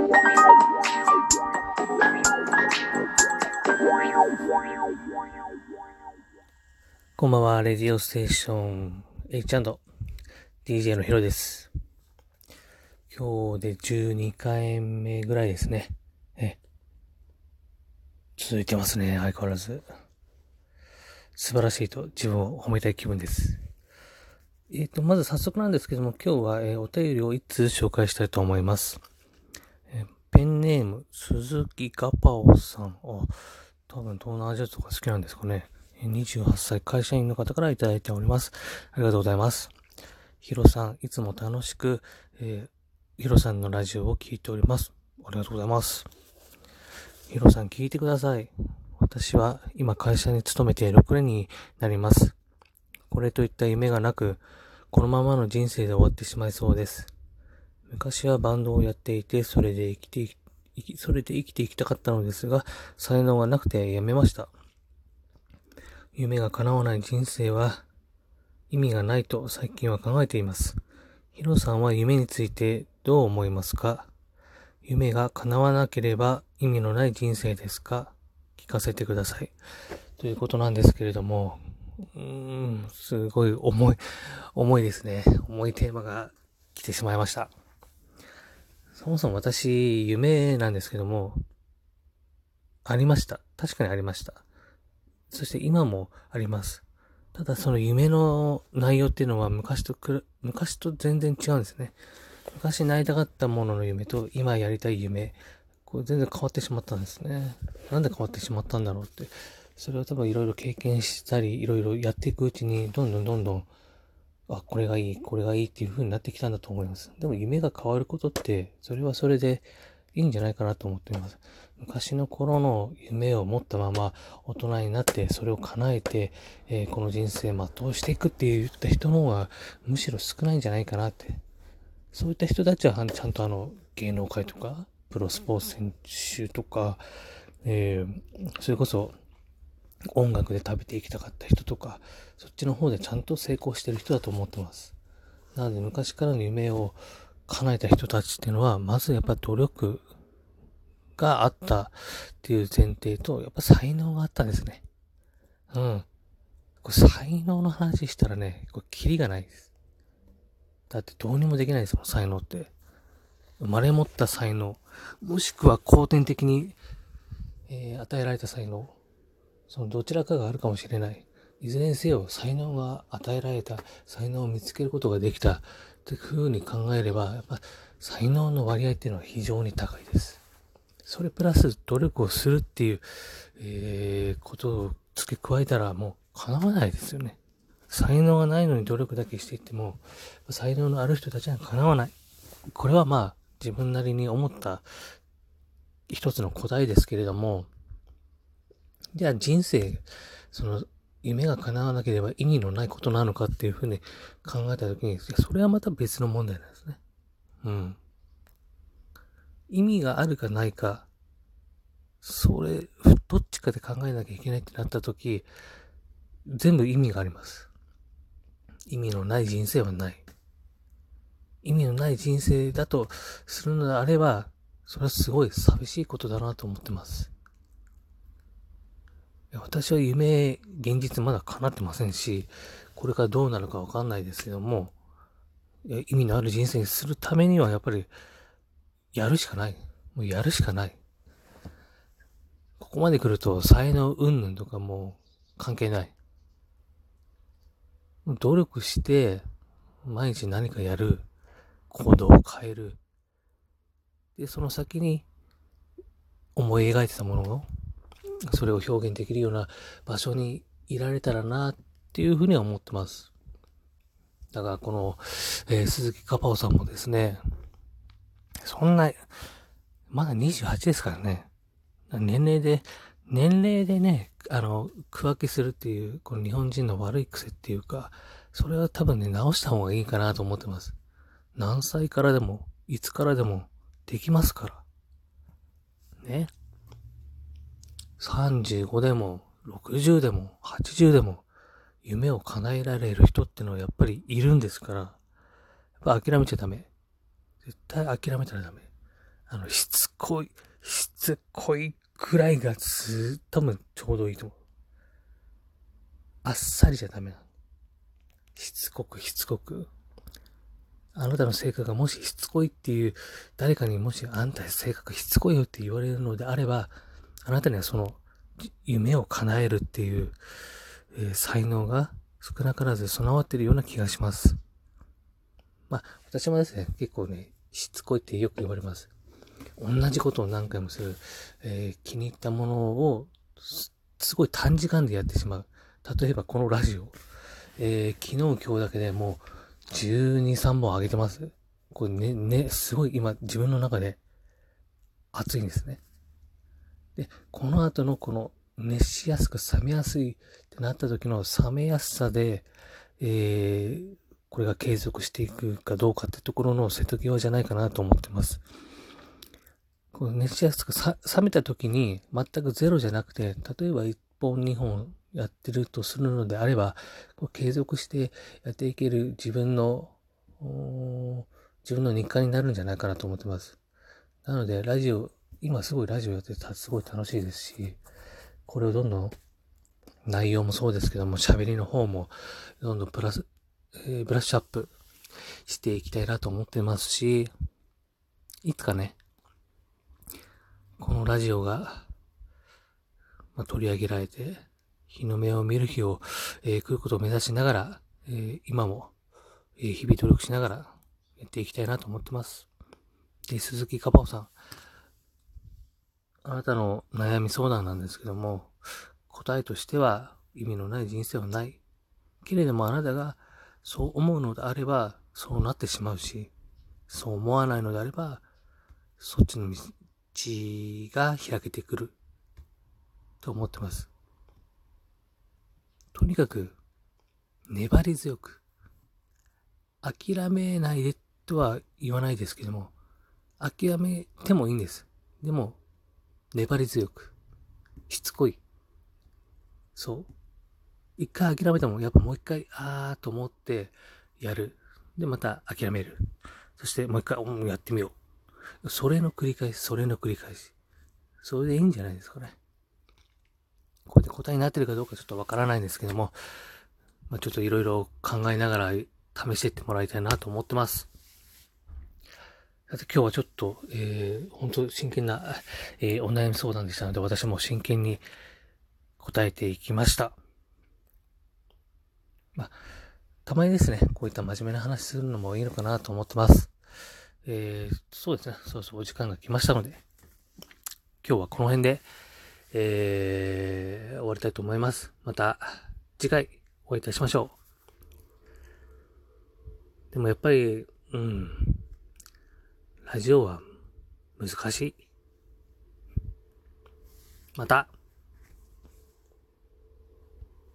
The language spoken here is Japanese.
こんばんは、レディオステーション H&DJ のヒロです。今日で12回目ぐらいですね。続いてますね、相変わらず。素晴らしいと自分を褒めたい気分です。まず早速なんですけども、今日は、お便りを1通紹介したいと思います。ペンネーム、鈴木ガパオさん。多分東南アジアとか好きなんですかね。28歳会社員の方からいただいております。ありがとうございます。ヒロさん、いつも楽しく、ヒロさんのラジオを聞いております。ありがとうございます。ヒロさん、聞いてください。私は今会社に勤めて6年になります。これといった夢がなく、このままの人生で終わってしまいそうです。昔はバンドをやっていて、それで生きていきたかったのですが、才能がなくてやめました。夢が叶わない人生は意味がないと最近は考えています。ヒロさんは夢についてどう思いますか？夢が叶わなければ意味のない人生ですか？聞かせてください。ということなんですけれども、すごい重いですね。重いテーマが来てしまいました。そもそも私、夢なんですけども、ありました。確かにありました。そして今もあります。ただその夢の内容っていうのは昔と全然違うんですね。昔なりたかったものの夢と今やりたい夢、これ全然変わってしまったんですね。なんで変わってしまったんだろうって。それは多分いろいろ経験したり、いろいろやっていくうちに、どんどん、これがいいっていう風になってきたんだと思います。でも夢が変わることって、それはそれでいいんじゃないかなと思っています。昔の頃の夢を持ったまま大人になってそれを叶えて、この人生全うしていくって言った人の方がむしろ少ないんじゃないかなって。そういった人たちはちゃんと芸能界とかプロスポーツ選手とか、それこそ音楽で食べていきたかった人とか、そっちの方でちゃんと成功してる人だと思ってます。なので昔からの夢を叶えた人たちっていうのは、まずやっぱ努力があったっていう前提と、やっぱ才能があったんですね。うん。これ才能の話したらね、これキリがないです。だってどうにもできないですもん、才能って。生まれ持った才能、もしくは後天的に、与えられた才能、そのどちらかがあるかもしれない。いずれにせよ、才能が与えられた、才能を見つけることができた、っていう風に考えれば、やっぱ才能の割合っていうのは非常に高いです。それプラス努力をするっていう、ことを付け加えたらもう叶わないですよね。才能がないのに努力だけしていっても、才能のある人たちは叶わない。これはまあ、自分なりに思った一つの答えですけれども、じゃあ人生、その夢が叶わなければ意味のないことなのかっていうふうに考えたときに、それはまた別の問題なんですね。うん。意味があるかないか、それ、どっちかで考えなきゃいけないってなったとき、全部意味があります。意味のない人生はない。意味のない人生だとするのであれば、それはすごい寂しいことだなと思ってます。私は夢、現実まだ叶ってませんし、これからどうなるかわかんないですけども、意味のある人生にするためにはやっぱり、やるしかない。もうやるしかない。ここまで来ると才能云々とかもう関係ない。努力して、毎日何かやる。行動を変える。で、その先に思い描いてたものを、それを表現できるような場所にいられたらなっていうふうには思ってます。だからこの、鈴木カパオさんもですね、そんな、まだ28ですからね。年齢でね、区分けするっていう、この日本人の悪い癖っていうか、それは多分ね、直した方がいいかなと思ってます。何歳からでも、いつからでも、できますから。ね。35でも、60でも、80でも、夢を叶えられる人ってのはやっぱりいるんですから、やっぱ諦めちゃダメ。絶対諦めたらダメ。 しつこいくらいが多分ちょうどいいと思う。あっさりじゃダメなの。しつこく。あなたの性格がもししつこいっていう、誰かにもしあんた性格しつこいよって言われるのであれば、あなたにはその夢を叶えるっていう、才能が少なからず備わっているような気がします。まあ、私もですね、結構ね、しつこいってよく言われます。同じことを何回もする、気に入ったものをすごい短時間でやってしまう。例えばこのラジオ。昨日今日だけでもう12、3本上げてます。これすごい今自分の中で熱いんですね。で、この後のこの熱しやすく冷めやすいってなった時の冷めやすさで、これが継続していくかどうかってところの瀬戸際じゃないかなと思ってます。この熱しやすく冷めた時に全くゼロじゃなくて、例えば1本2本やってるとするのであれば、継続してやっていける自分の日課になるんじゃないかなと思ってます。なので、今すごいラジオやっててすごい楽しいですし、これをどんどん内容もそうですけども、喋りの方もどんどんブラッシュアップしていきたいなと思ってますし、いつかね、このラジオが、取り上げられて、日の目を見る日を、来ることを目指しながら、今も、日々努力しながらやっていきたいなと思ってます。で、鈴木かばおさん、あなたの悩み相談なんですけども、答えとしては意味のない人生はない。けれどもあなたがそう思うのであれば、そうなってしまうし、そう思わないのであれば、そっちの道が開けてくると思ってます。とにかく粘り強く、諦めないでとは言わないですけども、諦めてもいいんです。でも、粘り強く、しつこい。そう。一回諦めても、やっぱもう一回、と思ってやる。で、また諦める。そしてもう一回、やってみよう。それの繰り返し。それでいいんじゃないですかね。これで答えになってるかどうかちょっとわからないんですけども、ちょっといろいろ考えながら試していってもらいたいなと思ってます。さて今日はちょっと、本当真剣な、お悩み相談でしたので、私も真剣に答えていきました。たまにですね、こういった真面目な話するのもいいのかなと思ってます。そうですね、そうお時間が来ましたので、今日はこの辺で、終わりたいと思います。また次回お会いいたしましょう。でもやっぱり、ラジオは難しい。また。